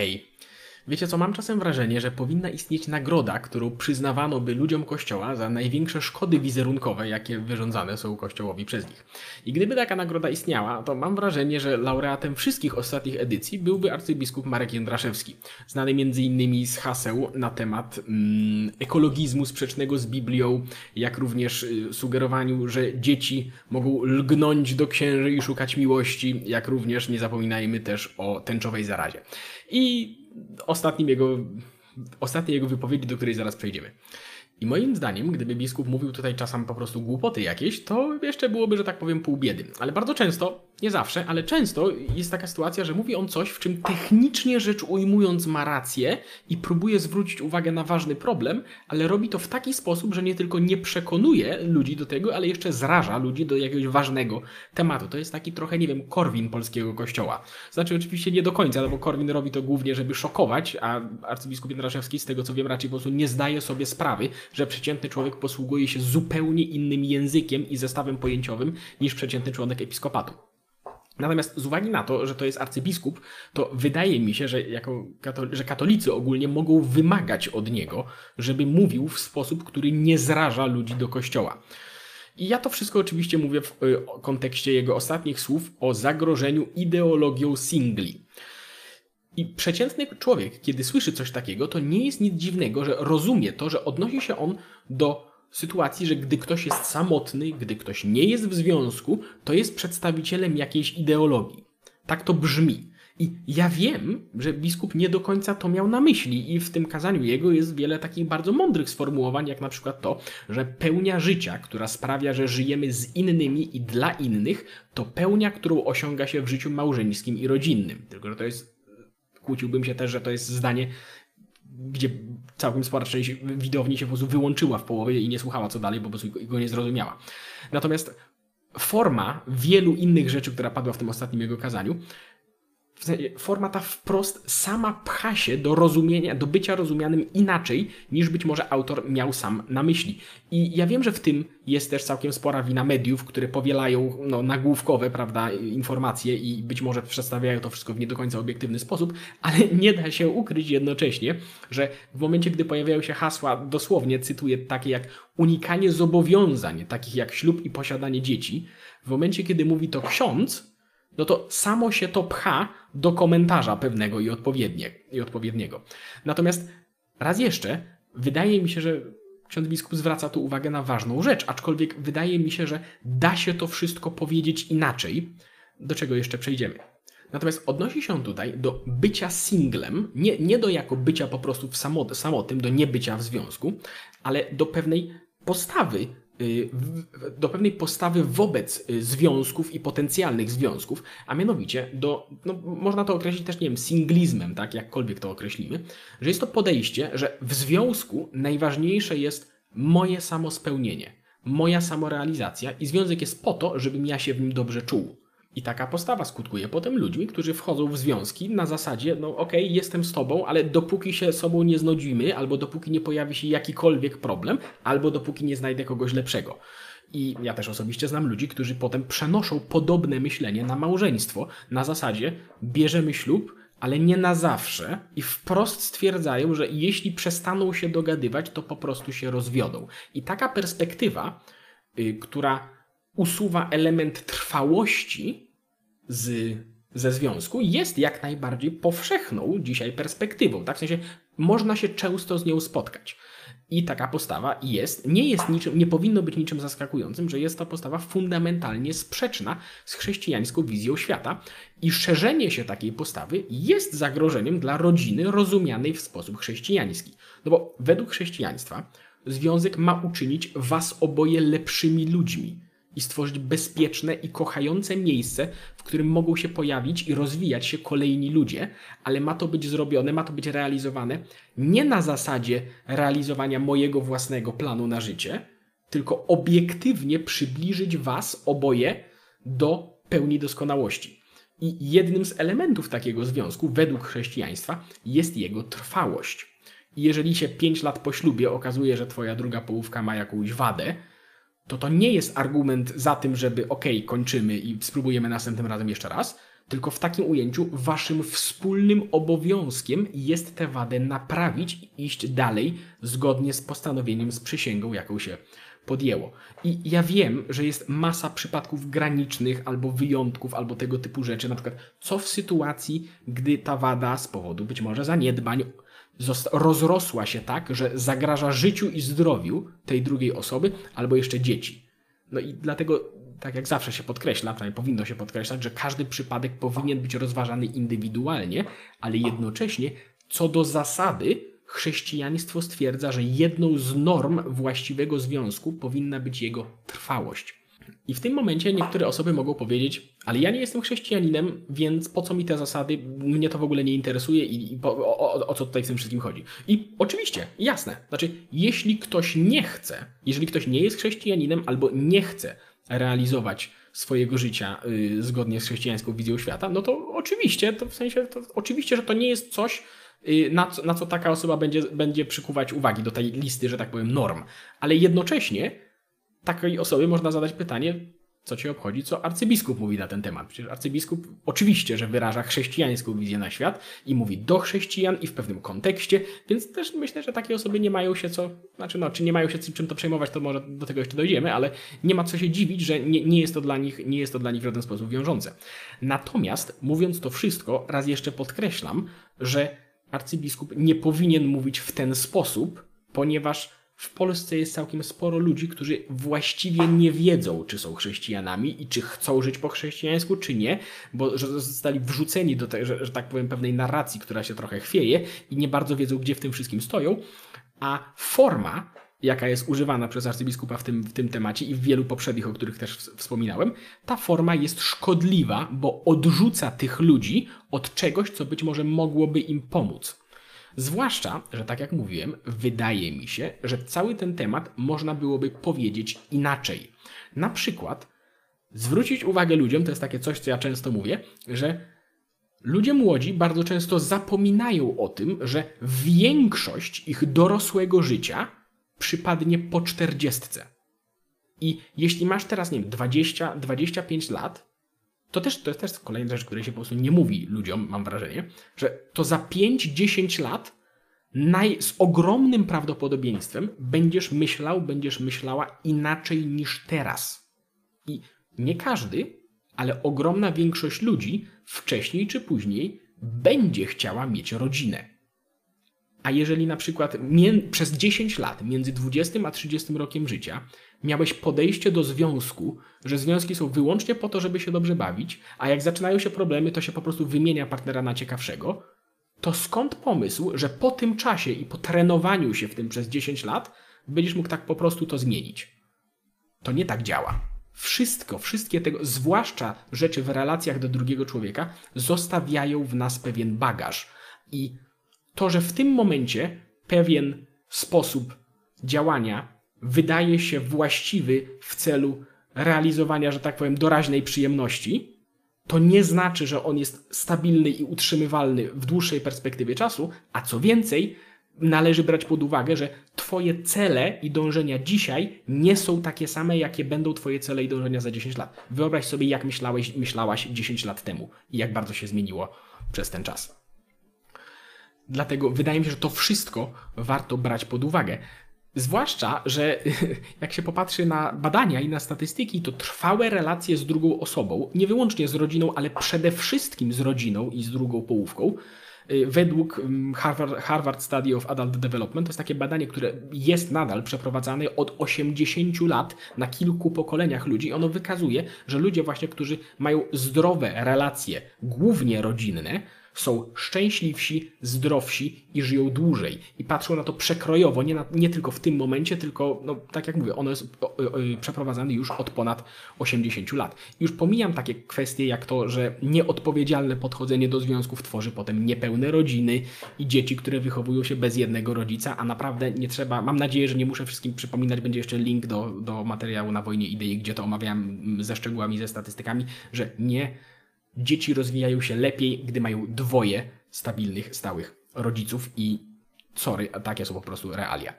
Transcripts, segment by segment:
Hej, wiecie co, mam czasem wrażenie, że powinna istnieć nagroda, którą przyznawano by ludziom Kościoła za największe szkody wizerunkowe, jakie wyrządzane są Kościołowi przez nich. I gdyby taka nagroda istniała, to mam wrażenie, że laureatem wszystkich ostatnich edycji byłby arcybiskup Marek Jędraszewski, znany m.in. z haseł na temat ekologizmu sprzecznego z Biblią, jak również sugerowaniu, że dzieci mogą lgnąć do księży i szukać miłości, jak również nie zapominajmy też o tęczowej zarazie. I ostatniej jego wypowiedzi, do której zaraz przejdziemy. I moim zdaniem, gdyby biskup mówił tutaj czasem po prostu głupoty jakieś, to jeszcze byłoby, że tak powiem, pół biedy. Ale bardzo często, nie zawsze, ale często jest taka sytuacja, że mówi on coś, w czym technicznie rzecz ujmując ma rację i próbuje zwrócić uwagę na ważny problem, ale robi to w taki sposób, że nie tylko nie przekonuje ludzi do tego, ale jeszcze zraża ludzi do jakiegoś ważnego tematu. To jest taki trochę, nie wiem, Korwin polskiego kościoła. Znaczy oczywiście nie do końca, no bo Korwin robi to głównie, żeby szokować, a arcybiskup Jędraszewski, z tego co wiem, raczej po prostu nie zdaje sobie sprawy, że przeciętny człowiek posługuje się zupełnie innym językiem i zestawem pojęciowym niż przeciętny członek episkopatu. Natomiast z uwagi na to, że to jest arcybiskup, to wydaje mi się, że katolicy ogólnie mogą wymagać od niego, żeby mówił w sposób, który nie zraża ludzi do kościoła. I ja to wszystko oczywiście mówię w kontekście jego ostatnich słów o zagrożeniu ideologią singli. I przeciętny człowiek, kiedy słyszy coś takiego, to nie jest nic dziwnego, że rozumie to, że odnosi się on do sytuacji, że gdy ktoś jest samotny, gdy ktoś nie jest w związku, to jest przedstawicielem jakiejś ideologii. Tak to brzmi. I ja wiem, że biskup nie do końca to miał na myśli i w tym kazaniu jego jest wiele takich bardzo mądrych sformułowań, jak na przykład to, że pełnia życia, która sprawia, że żyjemy z innymi i dla innych, to pełnia, którą osiąga się w życiu małżeńskim i rodzinnym. Tylko że to jest... Kłóciłbym się też, że to jest zdanie, gdzie całkiem spora część widowni się po prostu wyłączyła w połowie i nie słuchała co dalej, bo po prostu go nie zrozumiała. Natomiast forma wielu innych rzeczy, która padła w tym ostatnim jego kazaniu, forma ta wprost sama pcha się do rozumienia, do bycia rozumianym inaczej, niż być może autor miał sam na myśli. I ja wiem, że w tym jest też całkiem spora wina mediów, które powielają nagłówkowe, prawda, informacje i być może przedstawiają to wszystko w nie do końca obiektywny sposób, ale nie da się ukryć jednocześnie, że w momencie, gdy pojawiają się hasła, dosłownie cytuję, takie jak unikanie zobowiązań, takich jak ślub i posiadanie dzieci, w momencie, kiedy mówi to ksiądz, no to samo się to pcha do komentarza pewnego i odpowiedniego. Natomiast raz jeszcze, wydaje mi się, że ksiądz biskup zwraca tu uwagę na ważną rzecz, aczkolwiek wydaje mi się, że da się to wszystko powiedzieć inaczej, do czego jeszcze przejdziemy. Natomiast odnosi się on tutaj do bycia singlem, nie do jako bycia po prostu samotnym, do niebycia w związku, ale do pewnej postawy wobec związków i potencjalnych związków, a mianowicie można to określić też, nie wiem, singlizmem, tak, jakkolwiek to określimy, że jest to podejście, że w związku najważniejsze jest moje samospełnienie, moja samorealizacja i związek jest po to, żebym ja się w nim dobrze czuł. I taka postawa skutkuje potem ludźmi, którzy wchodzą w związki na zasadzie, okej, jestem z tobą, ale dopóki się sobą nie znudzimy, albo dopóki nie pojawi się jakikolwiek problem, albo dopóki nie znajdę kogoś lepszego. I ja też osobiście znam ludzi, którzy potem przenoszą podobne myślenie na małżeństwo, na zasadzie bierzemy ślub, ale nie na zawsze i wprost stwierdzają, że jeśli przestaną się dogadywać, to po prostu się rozwiodą. I taka perspektywa, która usuwa element trwałości ze związku, jest jak najbardziej powszechną dzisiaj perspektywą. Tak? W sensie można się często z nią spotkać. I taka postawa nie powinno być niczym zaskakującym, że jest to postawa fundamentalnie sprzeczna z chrześcijańską wizją świata i szerzenie się takiej postawy jest zagrożeniem dla rodziny rozumianej w sposób chrześcijański. No bo według chrześcijaństwa związek ma uczynić was oboje lepszymi ludźmi i stworzyć bezpieczne i kochające miejsce, w którym mogą się pojawić i rozwijać się kolejni ludzie, ale ma to być zrobione, ma to być realizowane nie na zasadzie realizowania mojego własnego planu na życie, tylko obiektywnie przybliżyć was oboje do pełni doskonałości. I jednym z elementów takiego związku według chrześcijaństwa jest jego trwałość. I jeżeli się 5 lat po ślubie okazuje, że twoja druga połówka ma jakąś wadę, to nie jest argument za tym, żeby kończymy i spróbujemy następnym razem jeszcze raz, Tylko w takim ujęciu waszym wspólnym obowiązkiem jest tę wadę naprawić i iść dalej zgodnie z postanowieniem, z przysięgą, jaką się podjęło. I ja wiem, że jest masa przypadków granicznych albo wyjątków, albo tego typu rzeczy. Na przykład co w sytuacji, gdy ta wada z powodu być może zaniedbań rozrosła się tak, że zagraża życiu i zdrowiu tej drugiej osoby albo jeszcze dzieci. No i dlatego, tak jak zawsze się podkreśla, przynajmniej powinno się podkreślać, że każdy przypadek powinien być rozważany indywidualnie, ale jednocześnie co do zasady chrześcijaństwo stwierdza, że jedną z norm właściwego związku powinna być jego trwałość. I w tym momencie niektóre osoby mogą powiedzieć, ale ja nie jestem chrześcijaninem, więc po co mi te zasady, mnie to w ogóle nie interesuje i o co tutaj w tym wszystkim chodzi. I oczywiście, jasne, znaczy jeśli ktoś nie chce, jeżeli ktoś nie jest chrześcijaninem albo nie chce realizować swojego życia zgodnie z chrześcijańską wizją świata, no to oczywiście, oczywiście, że to nie jest coś, na co taka osoba będzie przykuwać uwagi do tej listy, że tak powiem, norm. Ale jednocześnie takiej osoby można zadać pytanie, co cię obchodzi, co arcybiskup mówi na ten temat. Przecież arcybiskup oczywiście, że wyraża chrześcijańską wizję na świat i mówi do chrześcijan i w pewnym kontekście, więc też myślę, że takie osoby nie mają się czy nie mają się czym to przejmować, to może do tego jeszcze dojdziemy, ale nie ma co się dziwić, że nie jest to dla nich w żaden sposób wiążące. Natomiast mówiąc to wszystko, raz jeszcze podkreślam, że arcybiskup nie powinien mówić w ten sposób, ponieważ w Polsce jest całkiem sporo ludzi, którzy właściwie nie wiedzą, czy są chrześcijanami i czy chcą żyć po chrześcijańsku, czy nie, bo że zostali wrzuceni do tej, że tak powiem, pewnej narracji, która się trochę chwieje i nie bardzo wiedzą, gdzie w tym wszystkim stoją, a forma, jaka jest używana przez arcybiskupa w tym temacie i w wielu poprzednich, o których też wspominałem, ta forma jest szkodliwa, bo odrzuca tych ludzi od czegoś, co być może mogłoby im pomóc. Zwłaszcza, że tak jak mówiłem, wydaje mi się, że cały ten temat można byłoby powiedzieć inaczej. Na przykład zwrócić uwagę ludziom, to jest takie coś, co ja często mówię, że ludzie młodzi bardzo często zapominają o tym, że większość ich dorosłego życia przypadnie po 40. I jeśli masz teraz, nie wiem, 20-25 lat, to jest też kolejna rzecz, której się po prostu nie mówi ludziom, mam wrażenie, że to za 5-10 lat z ogromnym prawdopodobieństwem będziesz myślała inaczej niż teraz. I nie każdy, ale ogromna większość ludzi wcześniej czy później będzie chciała mieć rodzinę. A jeżeli na przykład przez 10 lat, między 20 a 30 rokiem życia, miałeś podejście do związku, że związki są wyłącznie po to, żeby się dobrze bawić, a jak zaczynają się problemy, to się po prostu wymienia partnera na ciekawszego, to skąd pomysł, że po tym czasie i po trenowaniu się w tym przez 10 lat będziesz mógł tak po prostu to zmienić? To nie tak działa. Wszystkie tego, zwłaszcza rzeczy w relacjach do drugiego człowieka, zostawiają w nas pewien bagaż. I to, że w tym momencie pewien sposób działania wydaje się właściwy w celu realizowania, że tak powiem, doraźnej przyjemności, to nie znaczy, że on jest stabilny i utrzymywalny w dłuższej perspektywie czasu, a co więcej, należy brać pod uwagę, że twoje cele i dążenia dzisiaj nie są takie same, jakie będą twoje cele i dążenia za 10 lat. Wyobraź sobie, jak myślałaś 10 lat temu i jak bardzo się zmieniło przez ten czas. Dlatego wydaje mi się, że to wszystko warto brać pod uwagę. Zwłaszcza, że jak się popatrzy na badania i na statystyki, to trwałe relacje z drugą osobą, nie wyłącznie z rodziną, ale przede wszystkim z rodziną i z drugą połówką, według Harvard Study of Adult Development, to jest takie badanie, które jest nadal przeprowadzane od 80 lat na kilku pokoleniach ludzi. Ono wykazuje, że ludzie właśnie, którzy mają zdrowe relacje, głównie rodzinne, są szczęśliwsi, zdrowsi i żyją dłużej. I patrzą na to przekrojowo, nie tylko w tym momencie, tylko, no, tak jak mówię, ono jest przeprowadzane już od ponad 80 lat. Już pomijam takie kwestie jak to, że nieodpowiedzialne podchodzenie do związków tworzy potem niepełne rodziny i dzieci, które wychowują się bez jednego rodzica, a naprawdę nie trzeba, mam nadzieję, że nie muszę wszystkim przypominać, będzie jeszcze link do materiału na Wojnie Idei, gdzie to omawiam ze szczegółami, ze statystykami, że dzieci rozwijają się lepiej, gdy mają dwoje stabilnych, stałych rodziców i takie są po prostu realia.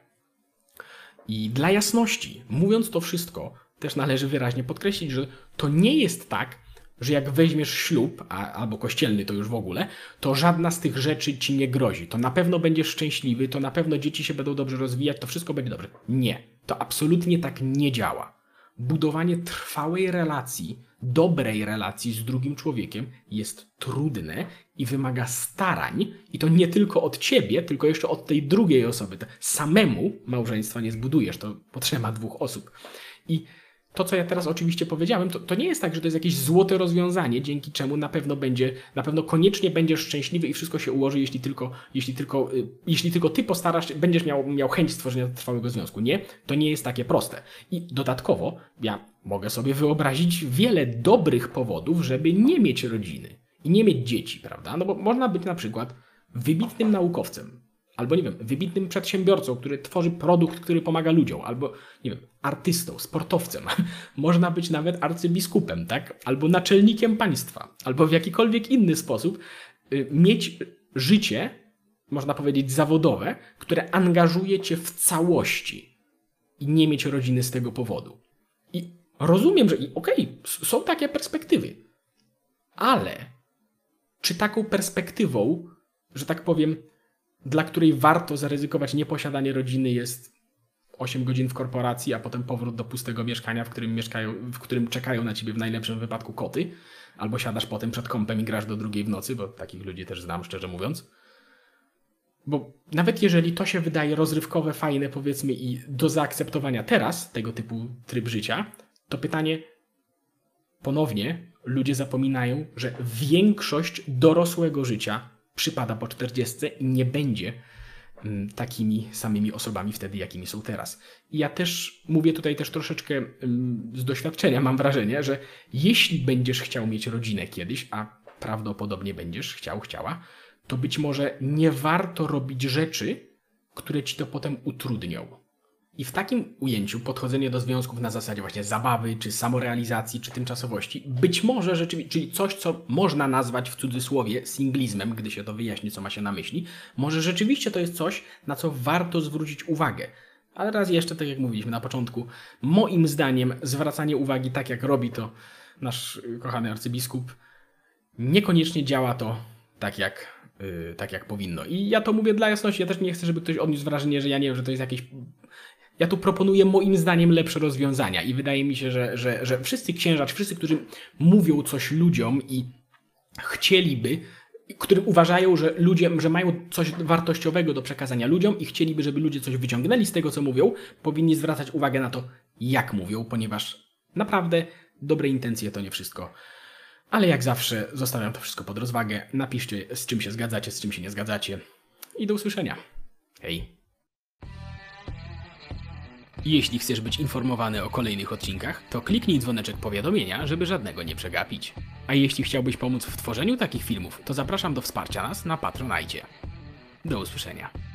I dla jasności, mówiąc to wszystko, też należy wyraźnie podkreślić, że to nie jest tak, że jak weźmiesz ślub, albo kościelny to już w ogóle, to żadna z tych rzeczy ci nie grozi. To na pewno będziesz szczęśliwy, to na pewno dzieci się będą dobrze rozwijać, to wszystko będzie dobrze. Nie, to absolutnie tak nie działa. Budowanie trwałej relacji, dobrej relacji z drugim człowiekiem jest trudne i wymaga starań. I to nie tylko od ciebie, tylko jeszcze od tej drugiej osoby. Samemu małżeństwa nie zbudujesz, to potrzeba dwóch osób. I to, co ja teraz oczywiście powiedziałem, to nie jest tak, że to jest jakieś złote rozwiązanie, dzięki czemu na pewno koniecznie będziesz szczęśliwy i wszystko się ułoży, jeśli tylko ty postarasz się, będziesz miał chęć stworzenia trwałego związku. Nie, to nie jest takie proste. I dodatkowo ja mogę sobie wyobrazić wiele dobrych powodów, żeby nie mieć rodziny i nie mieć dzieci, prawda? No bo można być na przykład wybitnym naukowcem, albo nie wiem, wybitnym przedsiębiorcą, który tworzy produkt, który pomaga ludziom, albo nie wiem, artystą, sportowcem. Można być nawet arcybiskupem, tak? Albo naczelnikiem państwa, albo w jakikolwiek inny sposób mieć życie, można powiedzieć zawodowe, które angażuje cię w całości i nie mieć rodziny z tego powodu. I rozumiem, że okej, są takie perspektywy, ale czy taką perspektywą, że tak powiem, dla której warto zaryzykować nieposiadanie rodziny jest 8 godzin w korporacji, a potem powrót do pustego mieszkania, w którym czekają na ciebie w najlepszym wypadku koty, albo siadasz potem przed kompem i grasz do 2 w nocy, bo takich ludzi też znam, szczerze mówiąc. Bo nawet jeżeli to się wydaje rozrywkowe, fajne, powiedzmy, i do zaakceptowania teraz, tego typu tryb życia, to pytanie, ponownie ludzie zapominają, że większość dorosłego życia przypada po 40 i nie będzie takimi samymi osobami wtedy, jakimi są teraz. I ja też mówię tutaj też troszeczkę z doświadczenia, mam wrażenie, że jeśli będziesz chciał mieć rodzinę kiedyś, a prawdopodobnie będziesz chciała, to być może nie warto robić rzeczy, które ci to potem utrudnią. I w takim ujęciu podchodzenie do związków na zasadzie właśnie zabawy, czy samorealizacji, czy tymczasowości, być może rzeczywiście, czyli coś, co można nazwać w cudzysłowie singlizmem, gdy się to wyjaśni, co ma się na myśli, może rzeczywiście to jest coś, na co warto zwrócić uwagę. Ale raz jeszcze, tak jak mówiliśmy na początku, moim zdaniem zwracanie uwagi tak, jak robi to nasz kochany arcybiskup, niekoniecznie działa to tak jak powinno. I ja to mówię dla jasności, ja też nie chcę, żeby ktoś odniósł wrażenie, że ja nie wiem, że to jest jakieś... Ja tu proponuję moim zdaniem lepsze rozwiązania i wydaje mi się, że wszyscy księża, czy wszyscy, którzy mówią coś ludziom i chcieliby, którzy uważają, że mają coś wartościowego do przekazania ludziom i chcieliby, żeby ludzie coś wyciągnęli z tego, co mówią, powinni zwracać uwagę na to, jak mówią, ponieważ naprawdę dobre intencje to nie wszystko. Ale jak zawsze zostawiam to wszystko pod rozwagę. Napiszcie, z czym się zgadzacie, z czym się nie zgadzacie. I do usłyszenia. Hej! Jeśli chcesz być informowany o kolejnych odcinkach, to kliknij dzwoneczek powiadomienia, żeby żadnego nie przegapić. A jeśli chciałbyś pomóc w tworzeniu takich filmów, to zapraszam do wsparcia nas na Patronite. Do usłyszenia.